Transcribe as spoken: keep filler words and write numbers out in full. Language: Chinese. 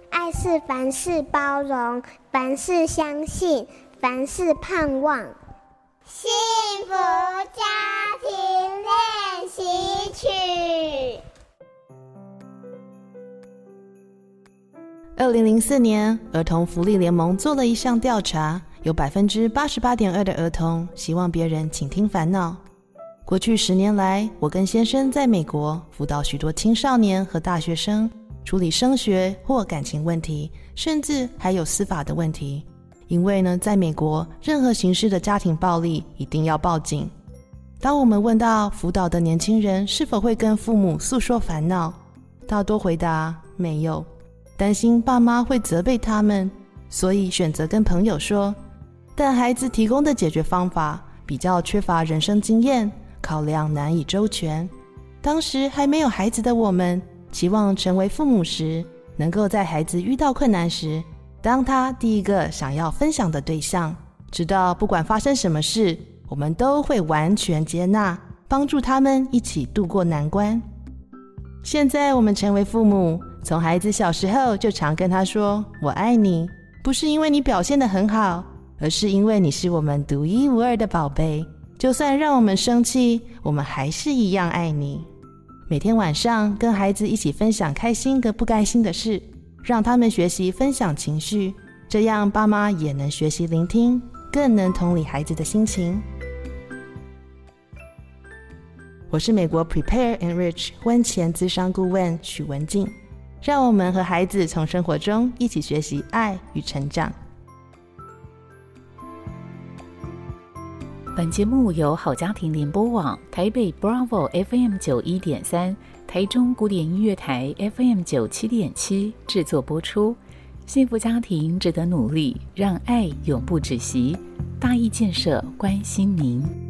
爱是凡事包容，凡事相信，凡事盼望。幸福家庭练习曲。 二零零四年，儿童福利联盟做了一项调查，有 百分之八十八点二 的儿童希望别人倾听烦恼。过去十年来，我跟先生在美国辅导许多青少年和大学生处理升学或感情问题，甚至还有司法的问题。因为呢，在美国，任何形式的家庭暴力一定要报警。当我们问到辅导的年轻人是否会跟父母诉说烦恼，大多回答没有，担心爸妈会责备他们，所以选择跟朋友说。但孩子提供的解决方法比较缺乏人生经验，考量难以周全。当时还没有孩子的我们，期望成为父母时，能够在孩子遇到困难时，当他第一个想要分享的对象，直到不管发生什么事，我们都会完全接纳，帮助他们一起度过难关。现在我们成为父母，从孩子小时候就常跟他说我爱你，不是因为你表现得很好，而是因为你是我们独一无二的宝贝，就算让我们生气，我们还是一样爱你。每天晚上跟孩子一起分享开心跟不开心的事，让他们学习分享情绪，这样爸妈也能学习聆听，更能同理孩子的心情。我是美国 Prepare Enrich 婚前咨商顾问许文静，让我们和孩子从生活中一起学习爱与成长。 本节目由好家庭联播网、台北 Bravo F M 九十一点三、台中古典音乐台 F M 九十七点七制作播出。幸福家庭值得努力，让爱永不止息。大义建设关心您。